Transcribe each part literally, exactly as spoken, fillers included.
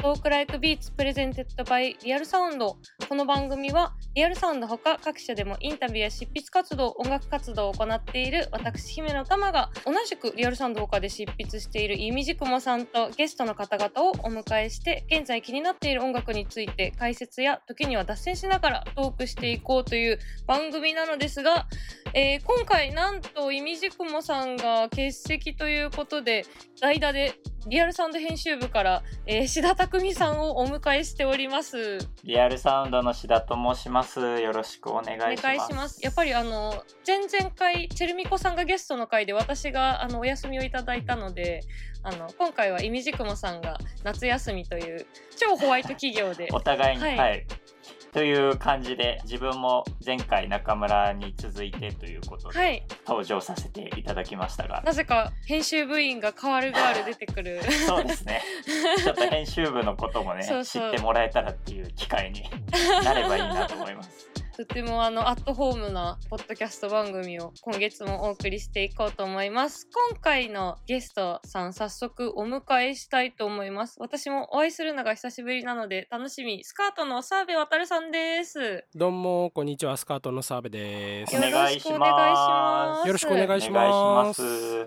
トークライクビーツプレゼンテッドバイリアルサウンド。この番組はリアルサウンドほか各社でもインタビューや執筆活動、音楽活動を行っている私姫野玉が、同じくリアルサウンドほかで執筆しているいみじくもさんとゲストの方々をお迎えして、現在気になっている音楽について解説や時には脱線しながらトークしていこうという番組なのですが、えー、今回なんといみじくもさんが欠席ということで、代打でリアルサウンド編集部から、えー、志田匠さんをお迎えしております。 リアルサウンドの志田と申します。よろしくお願いします。 お願いします。やっぱりあの前々回チェルミコさんがゲストの回で私があのお休みをいただいたので、あの今回はいみじくもさんが夏休みという超ホワイト企業でお互いに、 はい、 はいという感じで、自分も前回中村に続いてということで、はい、登場させていただきましたが、 なぜか編集部員が変わる変わる出てくるそうですね、ちょっと編集部のこともねそうそう知ってもらえたらっていう機会になればいいなと思います。 とてもあのアットホームなポッドキャスト番組を今月もお送りしていこうと思います。今回のゲストさん早速お迎えしたいと思います。私もお会いするのが久しぶりなので楽しみ。スカートの澤部渉さんです。 どうもこんにちは、スカートの澤部です。 よろしくお願いします。 よろしくお願いします。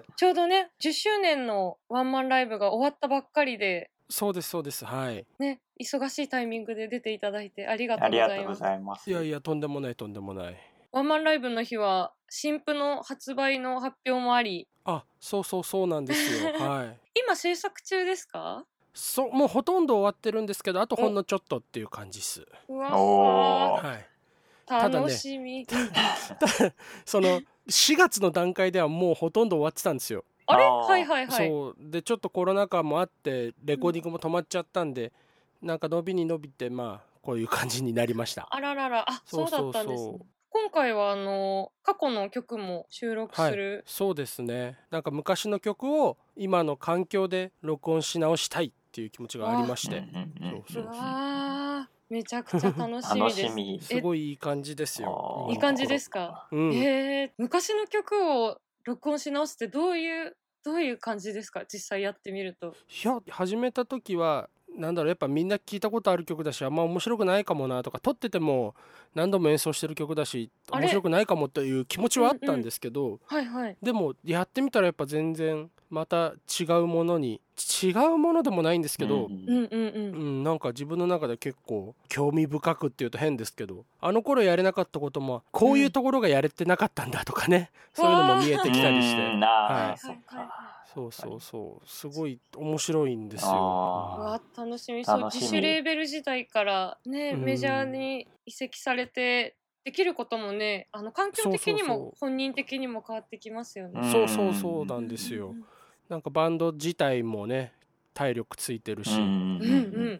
ちょうどねじゅっしゅうねんのワンマンライブが終わったばっかりで、 そうですそうです、はいね、忙しいタイミングで出ていただいてありがとうございます。 ありがとうございます。 いやいや、とんでもないとんでもない。 ワンマンライブの日は新譜の発売の発表もあり、 あ、そうそうそうなんですよはい。 今制作中ですか？ そう、もうほとんど終わってるんですけど、あとほんのちょっとっていう感じです。 うわー、 はい、 楽しみ。 ただねそのしがつの段階ではもうほとんど終わってたんですよ。 あれ、はいはいはい。 そうで、ちょっとコロナ禍もあってレコーディングも止まっちゃったんで、うん、なんか伸びに伸びて、まあこういう感じになりました。 あららら、あ、そうだったんですね。今回はあの過去の曲も収録する、はい、 そうですね。なんか昔の曲を今の環境で録音し直したいっていう気持ちがありまして、 そうそうそう、うわめちゃくちゃ楽しみです。 楽しみ。 すごいいい感じですよ。 いい感じですか、うん、えー、昔の曲を録音し直すってどういうどういう感じですか、実際やってみると。 いや、始めた時はなんだろう、やっぱみんな聞いたことある曲だし、あんま面白くないかもなとか、撮ってても何度も演奏してる曲だし面白くないかもという気持ちはあったんですけど、うんうん、 はいはい、 でもやってみたらやっぱ全然また違うものに、違うものでもないんですけど、 うんうんうんうん、 なんか自分の中で結構興味深くっていうと変ですけど、あの頃やれなかったこともこういうところがやれてなかったんだとかね、うん、そういうのも見えてきたりして、 うん、はい、そっか、 そうそうそう、すごい面白いんですよ。 わ楽しみ。そう自主レーベル時代からね、メジャーに移籍されてできることもね、あの環境的にも本人的にも変わってきますよね。 そうそうそうなんですよ。なんかバンド自体もね体力ついてるし、うんうん、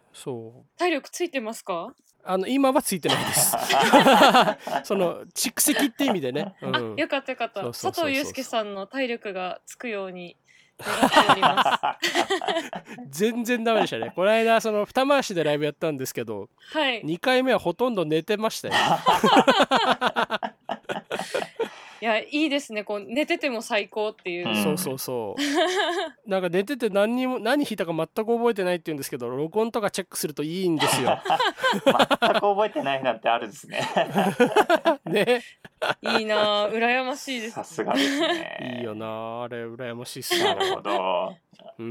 そう体力ついてますか？ あの今はついてないですその蓄積って意味でね、うん、 あ、よかったよかった。佐藤祐介さんの体力がつくように願っております全然ダメでしたね。この間その二回しでライブやったんですけど、はい、にかいめはほとんど寝てましたよいや、いいですね、こう寝てても最高っていう、うん、 そうそうそうなんか寝てて何にも何弾いたか全く覚えてないって言うんですけど、録音とかチェックするといいんですよ全く覚えてないなんてあるんですねね、 いいな、羨ましいです。 さすがですね。 いいよな、あれ羨ましいっす。 なるほど、 うん、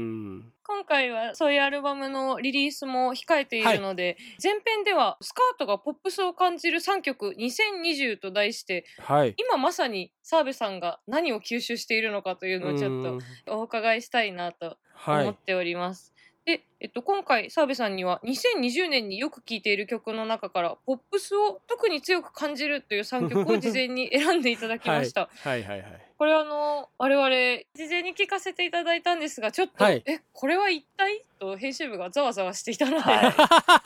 今回はそういうアルバムのリリースも控えているので、はい、前編ではスカートがポップスを感じるさんきょくにせんにじゅうと題して、はい、今まさに澤部さんが何を吸収しているのかというのをちょっとお伺いしたいなと思っております。はい、で、えっと、今回澤部さんにはにせんにじゅうねんによく聴いている曲の中からポップスを特に強く感じるというさんきょくを事前に選んでいただきました。 はい、はいはいはい。 これあの我々事前に聞かせていただいたんですが、ちょっと、はい、えこれは一体と編集部がざわざわしていたので、はい、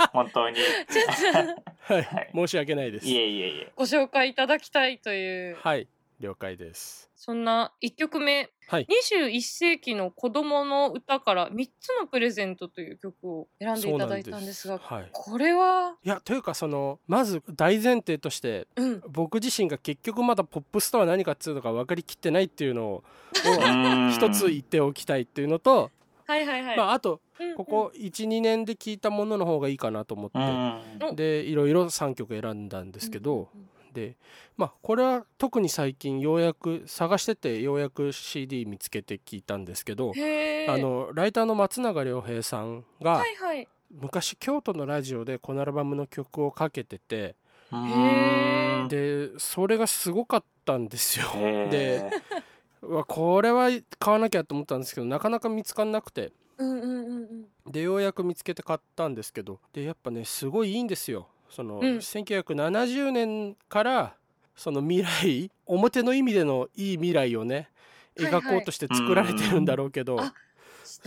本当にちょっと、はい、申し訳ないです。 いえいえいえ、 ご紹介いただきたいという。 はい、了解です。 そんないっきょくめ、はい、にじゅういっせいきの子供の歌からみっつのプレゼントという曲を選んでいただいたんですが、はい、これはいや、というかそのまず大前提として、うん、僕自身が結局まだポップスとは何かっていうのが分かりきってないっていうのを一つ言っておきたいっていうのと、 はいはいはい、 まあ、あとうんうん、 ここ いちにねんで聴いたものの方がいいかなと思って、 うん、 でいろいろさんきょく選んだんですけど、うんうんうん、でまあこれは特に最近ようやく探しててようやく シーディー 見つけて聴いたんですけど、あのライターの松永良平さんが、はいはい、昔京都のラジオでこのアルバムの曲をかけてて、 へでそれがすごかったんですよ。でこれは買わなきゃと思ったんですけどなかなか見つかんなくて、 うんうんうんうん、 でようやく見つけて買ったんですけど、でやっぱねすごいいいんですよ。その、うん、せんきゅうひゃくななじゅうねんからその未来、表の意味でのいい未来をね描こうとして作られてるんだろうけど、はいはい、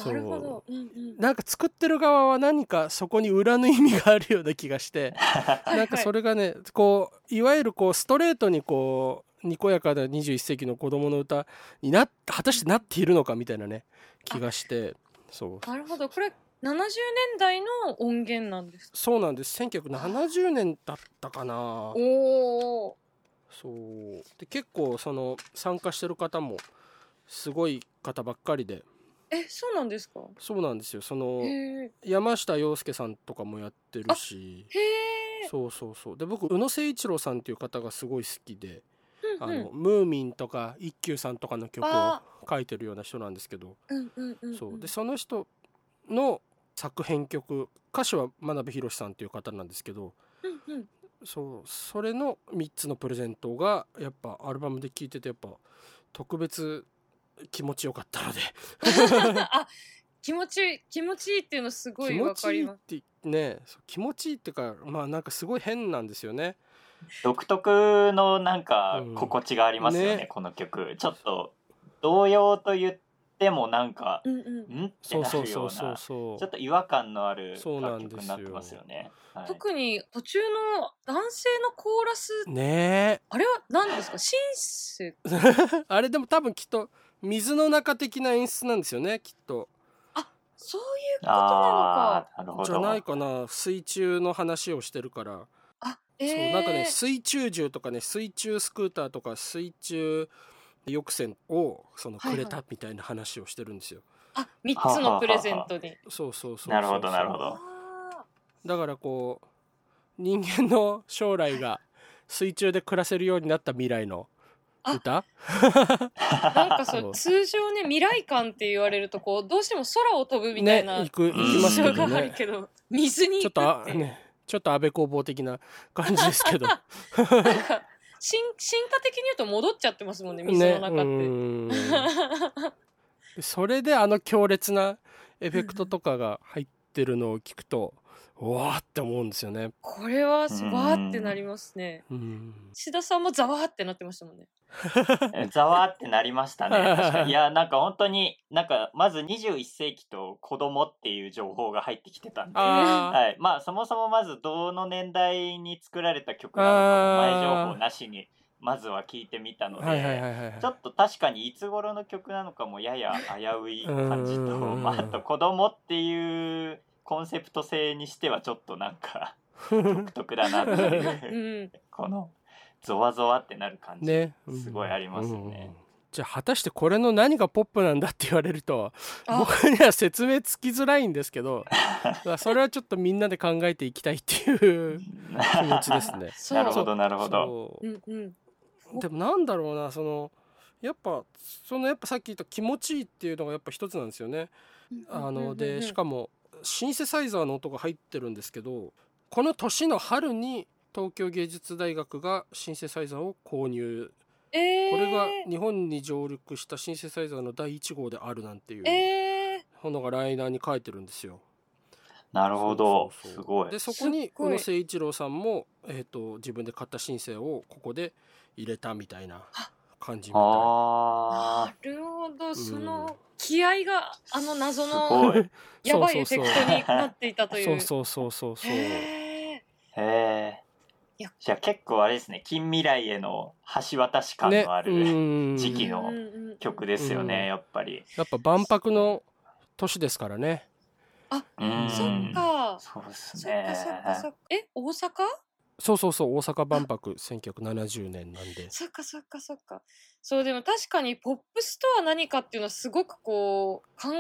なるほど、うんうん、 なんか作ってる側は何かそこに裏の意味があるような気がしてなんかそれがねこういわゆるこうストレートにこうにこやかなにじゅういっせいきの子供の歌にな果たしてなっているのかみたいなね気がして、そうなるほど、これななじゅうねんだいの音源なんですか？ そうなんです。せんきゅうひゃくななじゅうねんだったかな。 おー、 そうで結構その参加してる方もすごい方ばっかりで。 え、そうなんですか？そうなんですよ。その山下洋輔さんとかもやってるし、 へー、 そうそうそうで僕宇野誠一郎さんっていう方がすごい好きで、うんうん、あのムーミンとか一休さんとかの曲を書いてるような人なんですけど、 うんうんうんうん、 そうでその人の作編曲、歌手は真鍋宏さんっていう方なんですけど、 うんうん、 そうそれのみっつのプレゼントがやっぱアルバムで聴いててやっぱ特別気持ちよかったのであ、気持ちいい気持ちいいっていうのすごいわかります。 気持ちいいってね、気持ちいいっていうかまあなんかすごい変なんですよね。 独特のなんか心地がありますよね、うん、ね、この曲ちょっと童謡と言ってもなんか、うんうん、んってなるようなちょっと違和感のある楽曲になってますよね。 はい、特に途中の男性のコーラスね、 あれは何ですか？シンセあれでも多分きっと水の中的な演出なんですよね、きっと。 あ、そういうことなのか。 なるほど。 じゃないかな。水中の話をしてるから。 あ、えー、 そうなんかね水中銃とかね水中スクーターとか水中抑制をそのくれたみたいな話をしてるんですよ。 はいはい、あ、みっつのプレゼントに。 そうそうそうそう。 なるほどなるほど。 だからこう人間の将来が水中で暮らせるようになった未来の歌なんかそう通常ね未来感って言われるとこうどうしても空を飛ぶみたいな、 ね、行く行きますけどね、 があるけど水に行くってちょっとねちょっと安倍工房的な感じですけどなんか進, 進化的に言うと戻っちゃってますもんね水の中って、ね、 それであの強烈なエフェクトとかが入ってるのを聞くとうわーって思うんですよね。 これはわーってなりますね。志田さんもざわーってなってましたもんね。 ざわーってなりましたね。確かにいやなんか本当になんかまずにじゅういっせいきと子供っていう情報が入ってきてたんで、はい、まあそもそもまずどの年代に作られた曲なのかも前情報なしにまずは聞いてみたので、ちょっと確かにいつ頃の曲なのかもやや危うい感じと、まあ、あと子供っていうコンセプト性にしてはちょっとなんか独特だなっていう、うん、このゾワゾワってなる感じ、ね、すごいありますよね、うんうん、 じゃあ果たしてこれの何がポップなんだって言われると僕には説明つきづらいんですけどそれはちょっとみんなで考えていきたいっていう気持ちですねなるほどなるほど、 うんうん、 でもなんだろうなそのやっぱそのやっぱさっき言った気持ちいいっていうのがやっぱ一つなんですよね、あのでしかもシンセサイザーの音が入ってるんですけどこの年の春に東京芸術大学がシンセサイザーを購入、 えー、 これが日本に上陸したシンセサイザーのだいいち号であるなんていうのがライナーに書いてるんですよ。 なるほど、すごい。 でそこに宇野誠一郎さんも、えーと、自分で買ったシンセをここで入れたみたいな感じみたい。 なるほど、うん、その気合があの謎のやばいエフェクトになっていたという。 そうそうそうそうそう。 へえ。じゃあ結構あれですね、近未来への橋渡し感のある、ね、時期の曲ですよね、やっぱり。 やっぱ万博の年ですからね。 あ、そっか。 そうですね。 そっかそっかそっか。え、大阪？ そうそうそう、大阪万博せんきゅうひゃくななじゅうねんなんで。 そっかそっかそっか。そうでも確かにポップスとは何かっていうのはすごくこうかん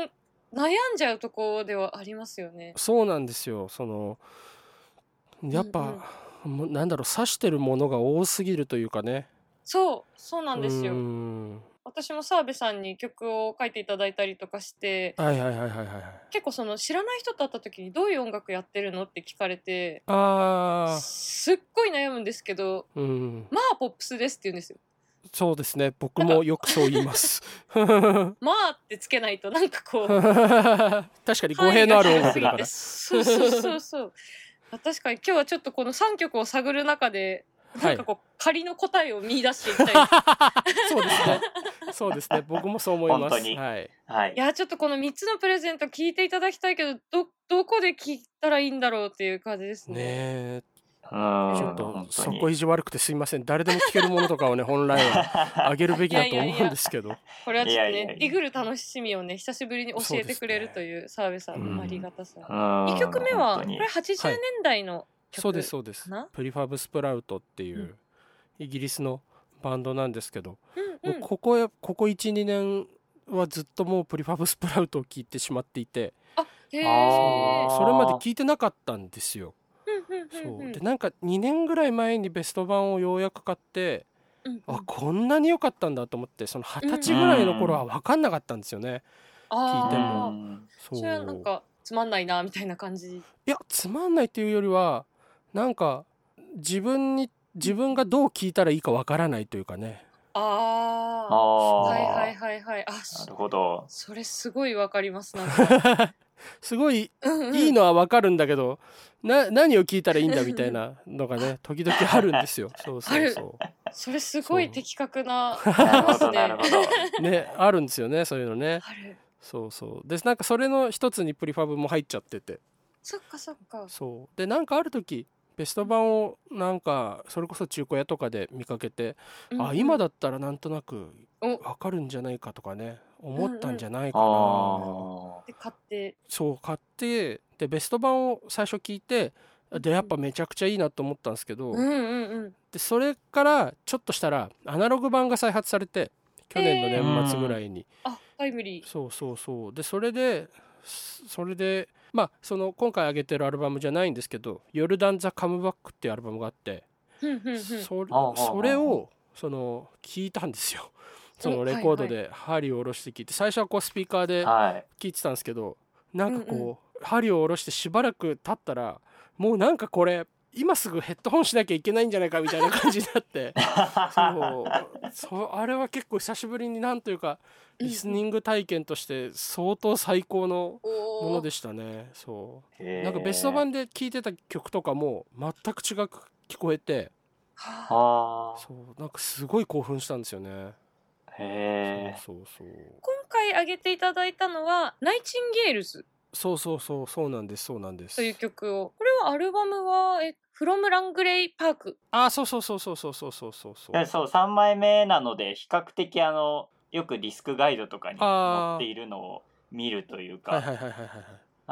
悩んじゃうとこではありますよね。 そうなんですよ。そのやっぱ、うんうん、なんだろう、指してるものが多すぎるというかね。 そうそうなんですよ。私も澤部さんに曲を書いていただいたりとかして、 はいはいはいはいはい、 結構その知らない人と会った時にどういう音楽やってるのって聞かれて、 あすっごい悩むんですけど、 うん、 まあポップスですって言うんですよ。 そうですね、僕もよくそう言いますまあってつけないとなんかこう確かに語弊のある音楽だから。 そうそうそうそう確かに今日はちょっとこのさんきょくを探る中でなんかこう、はい、仮の答えを見出していきたいそうですねそうですね、僕もそう思います。 本当に、 はいはい、 いやちょっとこのみっつのプレゼント聞いていただきたいけど、どどこで聞いたらいいんだろうっていう感じですね。ねえ、ちょっとそこ意地悪くてすいません。誰でも聞けるものとかをね本来はあげるべきだと思うんですけど、いやいやいや、 これはちょっとねディグる楽しみをね久しぶりに教えてくれるという澤部さんのありがたさ。にきょくめはこれはちじゅうねんだいの曲、 そうですそうです。プリファブスプラウトっていう、うん、イギリスのバンドなんですけど、うんうん、もうここここ いちにねんはずっともうプリファブスプラウトを聴いてしまっていて、 あへー、 それまで聴いてなかったんですよ。そうでなんかにねんぐらい前にベスト版をようやく買って、うんうん、あこんなに良かったんだと思って、そのはたちぐらいの頃は分かんなかったんですよね、うん、聞いても。 そうそれはなんかつまんないなみたいな感じ。 いやつまんないっていうよりはなんか自分に自分がどう聞いたらいいか分からないというかね。 ああはいはいはいはい、あなるほど。 それすごい分かります。なんかすごいいいのは分かるんだけど、な何を聞いたらいいんだみたいなのがね時々あるんですよ。そうそうそう。 それすごい的確ななるほどなるほど。 ねあるんですよねそういうのね。ある。そうそうでなんかそれの一つにプリファブも入っちゃってて。 そっかそっか。 そうでなんかある時ベスト版をなんかそれこそ中古屋とかで見かけて、うんうん、あ今だったらなんとなく分かるんじゃないかとかね思ったんじゃないかな、 うんうん、で買ってそう買ってでベスト版を最初聞いてでやっぱめちゃくちゃいいなと思ったんですけど、うんうんうん、でそれからちょっとしたらアナログ版が再発されて去年の年末ぐらいに、 えー、あタイムリー。 そうそうそうでそれでそれでまあその今回上げてるアルバムじゃないんですけどヨルダン・ザ・カムバックっていうアルバムがあってそ, それをその聞いたんですよ。そのレコードで針を下ろして聞いて最初はこうスピーカーで聞いてたんですけど、なんかこう針を下ろしてしばらく経ったらもうなんかこれ今すぐヘッドホンしなきゃいけないんじゃないかみたいな感じになってそうそうあれは結構久しぶりになんというかリスニング体験として相当最高のものでしたね。そうなんかベスト版で聴いてた曲とかも全く違く聞こえて、はあ、そうなんかすごい興奮したんですよね。 へそうそうそう。 今回挙げていただいたのはナイチンゲールズ。 そうそうそうそうなんですそうなんです。 という曲をこれはアルバムはえフロムラングレイパーク。 あそうそうそうそうそうそうそうそうそう。 そうさんまいめなので比較的あのよくディスクガイドとかに載っているのを見るというか、はいはいはいはいはい、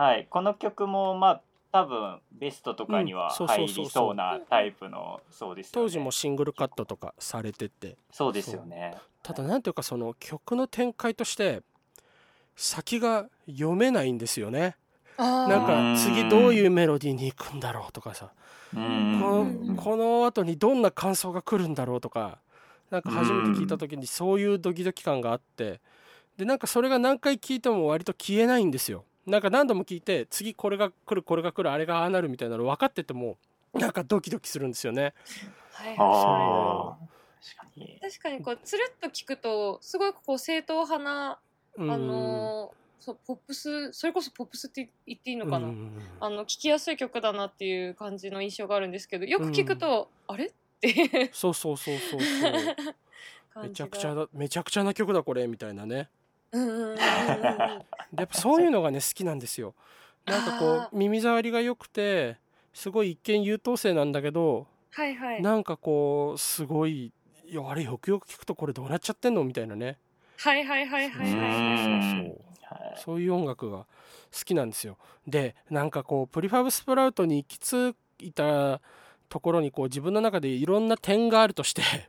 はい、この曲もまあ多分ベストとかには入りそうなタイプの、そうですよね。 当時もシングルカットとかされてて、 そうですよね。 ただなんていうかその曲の展開として先が読めないんですよね。なんか次どういうメロディーに行くんだろうとかさ、この、この後にどんな感想が来るんだろうとか、なんか初めて聞いた時にそういうドキドキ感があって、でなんかそれが何回聞いても割と消えないんですよ。なんか何度も聞いて次これが来るこれが来るあれがああなるみたいなの分かっててもなんかドキドキするんですよね。 はいはい、確かに確かにこうつるっと聞くとすごいこう正統派なあのーそうポップスそれこそポップスって言っていいのかな、あの聴きやすい曲だなっていう感じの印象があるんですけど、よく聞くと、うん、あれってそうそうそうそうそうめちゃくちゃだめちゃくちゃな曲だこれみたいなね。うんうんうんうん、でやっぱそういうのがね好きなんですよ。なんかこう耳障りが良くてすごい一見優等生なんだけど、はいはい、なんかこうすごいいやあれよくよく聞くとこれどうなっちゃってんのみたいなね。はいはいはいはいはいそうそういう音楽が好きなんですよ。でなんかこうプリファブスプラウトに行き着いたところにこう自分の中でいろんな点があるとして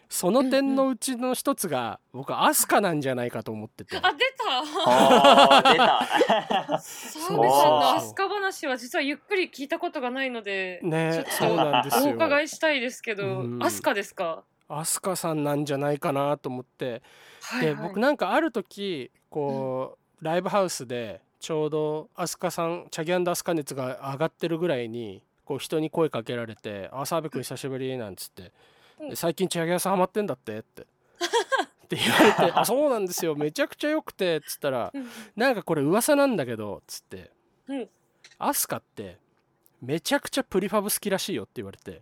その点のうちの一つが僕はアスカなんじゃないかと思ってて。 あ、出たおー出た澤部さんのアスカ話は実はゆっくり聞いたことがないので、 ね、 ちそうょっとおなんですよ。 伺いしたいですけど、 うんアスカですか？ アスカさんなんじゃないかなと思って、ではいはい、 僕なんかある時こう、うん、ライブハウスでちょうどアスカさんチャギアンドアスカ熱が上がってるぐらいにこう人に声かけられて「あ、澤部君久しぶり」なんつって、で最近チャギアさんハマってんだってってって言われてあ、そうなんですよ、めちゃくちゃ良くてっつったら、なんかこれ噂なんだけどっつって、アスカってめちゃくちゃプリファブ好きらしいよって言われて、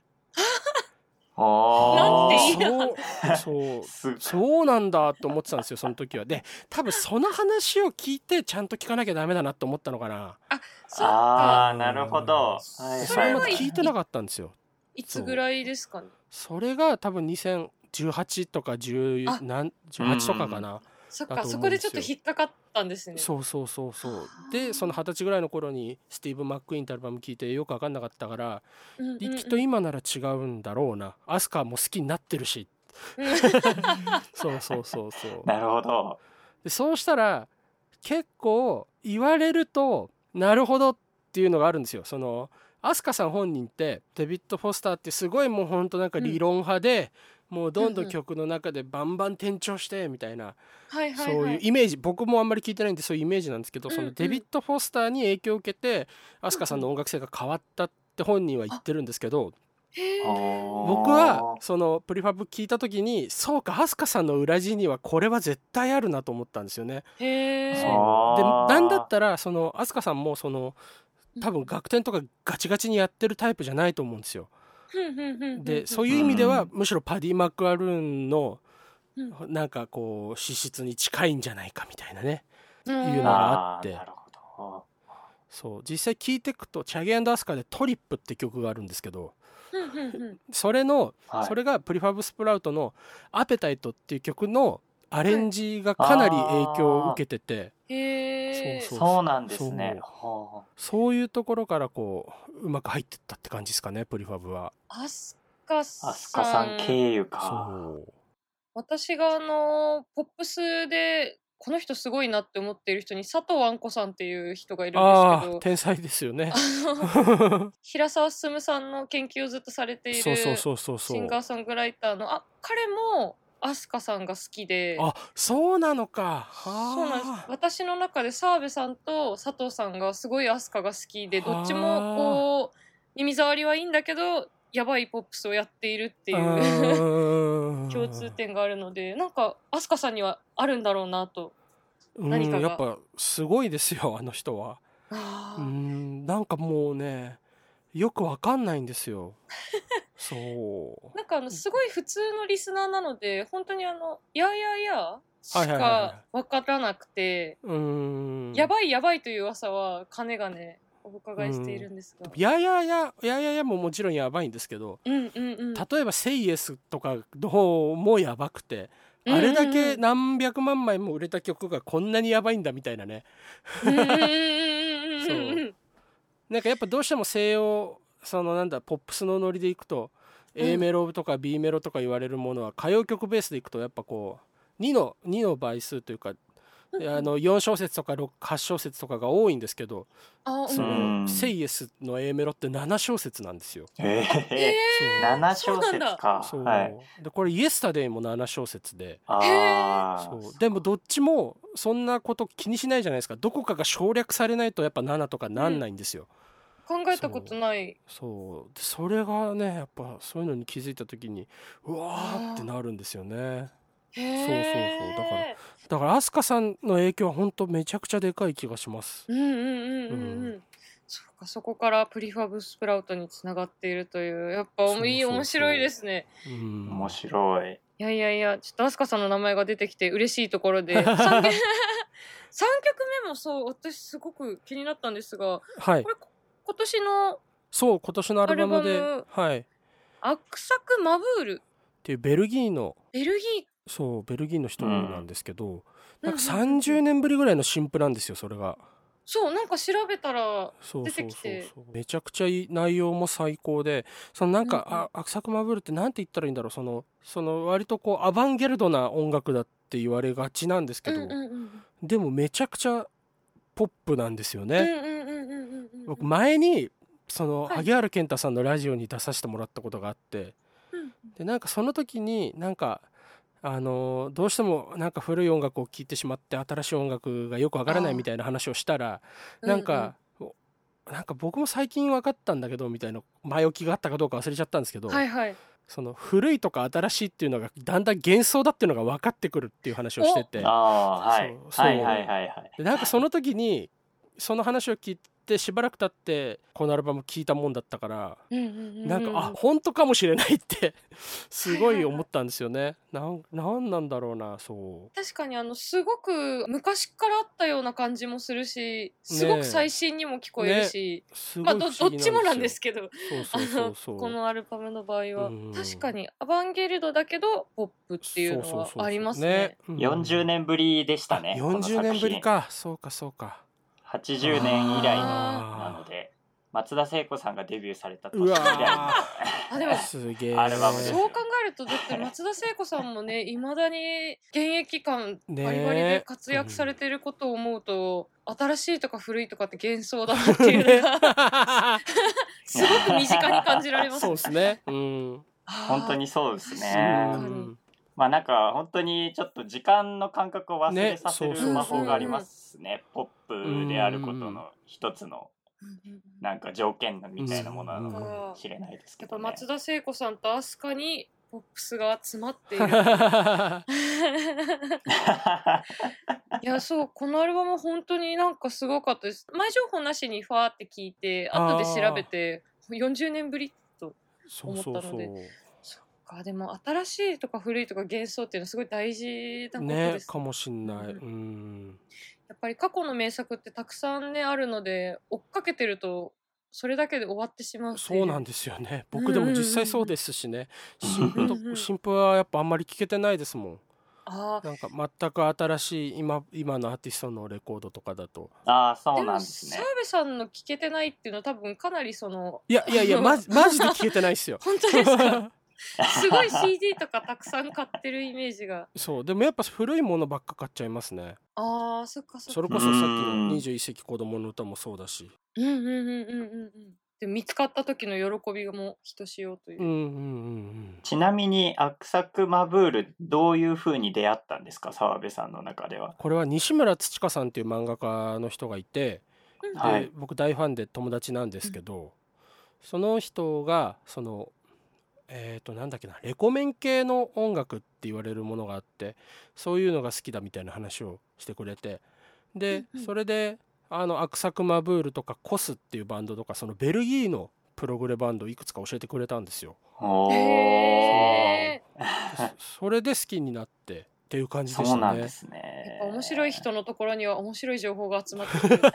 なんていいなそうそうそうなんだと思ってたんですよその時は。で多分その話を聞いてちゃんと聞かなきゃダメだなと思ったのかな。 あ、そっか。 あーなるほど。 それまで聞いてなかったんですよ。 いつぐらいですかね。 それが多分にせんじゅうはちとかじゅうなんじゅうはちとかかな。 そっか、そこでちょっと引っかかったんですね。 そうそうそうそうでその二十歳ぐらいの頃にスティーブン・マックイーンってアルバム聞いてよく分かんなかったから、うんうんうん、きっと今なら違うんだろうな、アスカも好きになってるしそうそうそうそうなるほど。 でそうしたら結構言われるとなるほどっていうのがあるんですよ。そのアスカさん本人ってデビッド・フォスターってすごいもうほんとなんか理論派で、うん、もうどんどん曲の中でバンバン転調してみたいな、 はいはいはい、 そういうイメージ、僕もあんまり聞いてないんでそういうイメージなんですけど、うんうん、そのデビッド・フォスターに影響を受けてアスカさんの音楽性が変わったって本人は言ってるんですけど、僕はそのプリファブ聞いた時にそうかアスカさんの裏地にはこれは絶対あるなと思ったんですよね。 へそうでなんだったらそのアスカさんもその多分楽天とかガチガチにやってるタイプじゃないと思うんですよ。でそういう意味ではむしろパディ・マクアルーンのなんかこう資質に近いんじゃないかみたいなね、いうのがあって、そう実際聞いていくとチャゲ&アスカでトリップって曲があるんですけどそれの、はい、それがプリファブスプラウトのアペタイトっていう曲のアレンジがかなり影響を受けてて、 へーそうそうそうそうなんですね。 そう、そういうところからこううまく入ってったって感じですかね、プリファブは。 アスカさん、 アスカさん経由か。 そう私があのポップスでこの人すごいなって思っている人に佐藤杏子さんっていう人がいるんですけど、 天才ですよね平沢進さんの研究をずっとされているシンガーソングライターのあ彼もアスカさんが好きで。 あ、そうなのか。 そうなんです。私の中で澤部さんと佐藤さんがすごいアスカが好きで、どっちもこう耳障りはいいんだけどやばいポップスをやっているっていう共通点があるので、なんかアスカさんにはあるんだろうなと。何かがやっぱすごいですよ、あの人は。うん、なんかもうねよくわかんないんですよそうなんかあのすごい普通のリスナーなので本当にあの「ややや」しか分からなくて、 うーんやばいやばいという噂はかねがねお伺いしているんですが、 ややややややももちろんやばいんですけど、 うんうんうん、 例えば「セイエス」とかの方もやばくて、あれだけ何百万枚も売れた曲がこんなにやばいんだみたいなねそうなんかやっぱどうしても西洋そのなんだポップスのノリでいくと、うん、A メロとか B メロとか言われるものは歌謡曲ベースでいくとやっぱこうにのにの倍数というか、うん、あのよん小節とかはち小節とかが多いんですけど、 あ、 そのセイエスの A メロってなな小節なんですよ。 えー、なな小節か。 そう、 はい、 でこれイエスタデイもなな小節で、 あそうでもどっちもそんなこと気にしないじゃないですか。どこかが省略されないとやっぱななとかなんないんですよ、 うん、考えたことない。 そう、それがねやっぱそういうのに気づいた時にうわーってなるんですよね。そうそうそうだからだから飛鳥さんの影響は本当めちゃくちゃでかい気がします。 うんうんうんうんうん、うん、そうか、そこからプリファブスプラウトにつながっているという、やっぱいい面白いですね。 うん、面白い。 いやいやいや、ちょっと飛鳥さんの名前が出てきて嬉しいところでさんきょくさんきょくめもそう私すごく気になったんですが、 はい、 これ今年のそう今年のアルバムで、はい、 アクサク・マブールっていうベルギーのベルギーそうベルギーの人なんですけど、うん、なんかさんじゅうねんぶりぐらいの新譜なんですよそれが。 そうなんか調べたらそう出そうそうてきて、 そうめちゃくちゃいい内容も最高で、そのなんか、 うんうんあアクサクマブルってなんて言ったらいいんだろう、そのその割とこうアバンギャルドな音楽だって言われがちなんですけど、 うんうんうんでもめちゃくちゃポップなんですよね。 うんうんうんうんうんうん僕前にその、 はい萩原健太さんのラジオに出させてもらったことがあって、 うんでなんかその時になんかあのどうしてもなんか古い音楽を聴いてしまって新しい音楽がよくわからないみたいな話をしたら、 うんなんか、なんか僕も最近分かったんだけどみたいな前置きがあったかどうか忘れちゃったんですけど、 はいはいその古いとか新しいっていうのがだんだん幻想だっていうのが分かってくるっていう話をしてて、 ああはいそうはいはいはいはい。 でなんかその時にその話を聞いてしばらく経ってこのアルバム聞いたもんだったから、 うんうんうんうんなんかあ本当かもしれないってすごい思ったんですよね。なんなんなんだろうな、そう確かにあのすごく昔からあったような感じもするし、すごく最新にも聞こえるし、 すごまあどどっい不思議ちもなんでですすけど、 よ。そうそうそうそうこのアルバムの場合はうん確かにアバンゲルドだけどポップっていうのはありますね。 うんよんじゅうねんぶりでしたね。 あよんじゅうねんぶりか。そうかそうか。 はちじゅうねん以来のあーなので、松田聖子さんがデビューされた年う以来のわあでもすげえアルバムですそう考えるとだって松田聖子さんもねいまだに現役感バリバリで活躍されてることを思うと、新しいとか古いとかって幻想だなっていうのがすごく身近に感じられます。 そうですね。うん。 本当にそうですうね。 んまあなんか本当にちょっと時間の感覚を忘れさせねそうそうそうる魔法がありますね。ポップであることの一つのなんか条件みたいなものなのかもしれないですけやっぱどね。 松田聖子さんと飛鳥にポップスが詰まっているいやそうこのアルバム本当になんかすごかったです。前情報なしにファーって聞いて後で調べてよんじゅうねんぶりと思ったので、 そうそうそうそっかでも新しいとか古いとか幻想っていうのはすごい大事なことねですかもしんない。 うんうん。 やっぱり過去の名作ってたくさんねあるので追っかけてるとそれだけで終わってしまうっていそうなんですよね。僕でも実際そうですしね。新譜とうんうんうん新譜はやっぱあんまり聞けてないですもん。 あなんか全く新しい今今のアーティストのレコードとかだと。 ああそうでもなんですね澤。部さんの聞けてないっていうのは多分かなりそのいやいやいやマジマジで聞けてないですよ。 本当ですかすごい シーディー とかたくさん買ってるイメージが。 そうでもやっぱ古いものばっか買っちゃいますね。 あーそっかそっか。 それこそさっきうのんにじゅういっ世紀子供の歌もそうだし。 うんうんうんうんうんうん。で見つかった時の喜びもひとしおという。 うんうんうんうん。 ちなみにアクサクマブールどういう風に出会ったんですか、澤部さんの中では。 これは西村土香さんっていう漫画家の人がいて、 うんはいで僕大ファンで友達なんですけど、その人がそのえっとなんだっけなレコメン系の音楽って言われるものがあって、そういうのが好きだみたいな話をしてくれて、でうんうんそれであのアクサクマブールとかコスっていうバンドとかそのベルギーのプログレバンドをいくつか教えてくれたんですよ。 おーへそそれで好きになってっていう感じでしたね。 そうなんですーやねっぱ面白い人のところには面白い情報が集まってくる。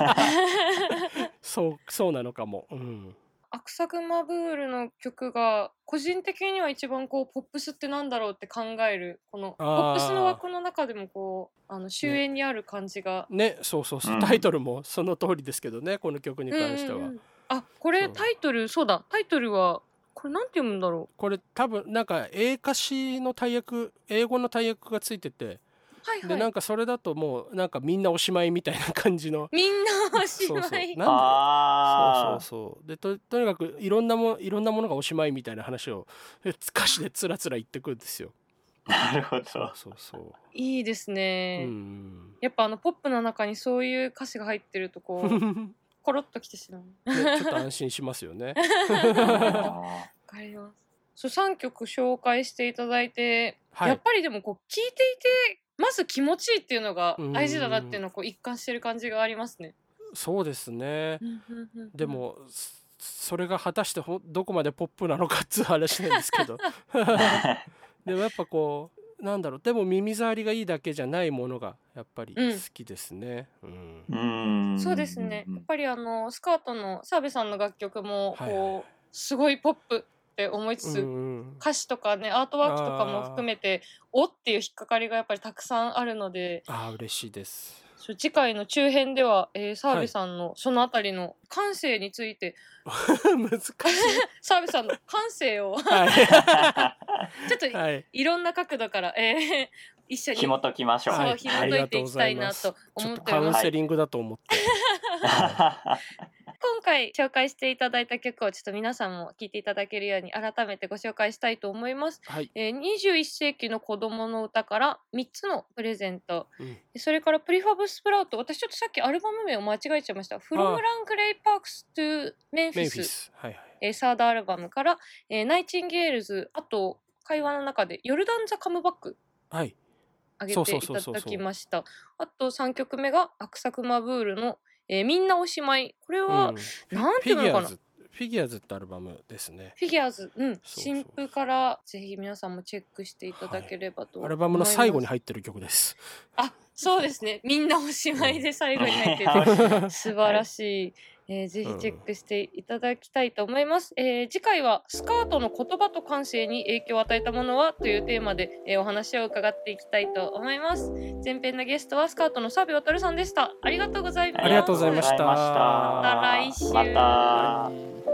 そうそうなのかも。うんアクサクマブールの曲が個人的には一番こうポップスってなんだろうって考えるこのポップスの枠の中でもこうあの終焉にある感じが、 ね、そうそうそう、 うんタイトルもその通りですけどね、この曲に関しては。 うんうんうんあこれそうタイトルそうだタイトルはこれなんて読むんだろこれ多分なんか英歌詞の大役英語の大役がついてて、 うはいでなんはいかそれだともうなんかみんなおしまいみたいな感じのみんなおしそうそうまいなんあでそうそうそうで と, とにかくいろんなもいろんなものがおしまいみたいな話をえ歌詞でつらつら言ってくるんですよ。 あなるほど。 そうそうそいいですう。 ね、 うんやっぱあのポップの中にそういう歌詞が入ってるとこうね、 コロッときてしまうちょっと安心しますよね。 わかりますそうさんきょく紹介していただいて、 はいやっぱりでもこう聴いていてまず気持ちいいっていうのが大事だなっていうのをこう一貫してる感じがありますね。 そうですね。でもそれが果たしてほどこまでポップなのかっつう話なんですけどでもやっぱこうなんだろうでも耳障りがいいだけじゃないものがやっぱり好きですね。うんうんそうですねやっぱりあのスカートの澤部さんの楽曲もこう、 はいはいすごいポップって思いつつ、 うんうん歌詞とかねアートワークとかも含めておっていう引っかかりがやっぱりたくさんあるのであー嬉しいです。 次回の中編では、えー、澤部さんのそのあたりの感性について、 難しい澤部さんの感性を、 はい、 ちょっと、はい、いろんな角度から、えー、一緒に紐解きましょう。 そう、紐解いていきたいなと思っております。 カウンセリングだと思って、 はい今回紹介していただいた曲をちょっと皆さんも聴いていただけるように改めてご紹介したいと思います、はいえー、にじゅういっ世紀の子供の歌からみっつのプレゼント、うん、それからプリファブスプラウト、私ちょっとさっきアルバム名を間違えちゃいました。 From Langley Parks to Memphis、はいはいえー、サードアルバムから、えー、ナイチンゲールズ、あと会話の中でヨルダン・ザ・カムバック、はいあげていただきました。あとさんきょくめがアクサクマブールのえー、みんなおしまい。これは、うん、なんていうのかな、 フィギュアーズってアルバムですね。 フィギュアーズ、うん、新譜からぜひ皆さんもチェックしていただければと思います、はい、 アルバムの最後に入ってる曲です。 あ、そうですね。みんなおしまいで最後に入ってる素晴らしい、えー、ぜひチェックしていただきたいと思います、うんえー、次回はスカートの言葉と感性に影響を与えたものはというテーマで、えー、お話を伺っていきたいと思います。前編のゲストはスカートの澤部渉さんでした。ありがとうございます。 ありがとうございました。 また来週。 また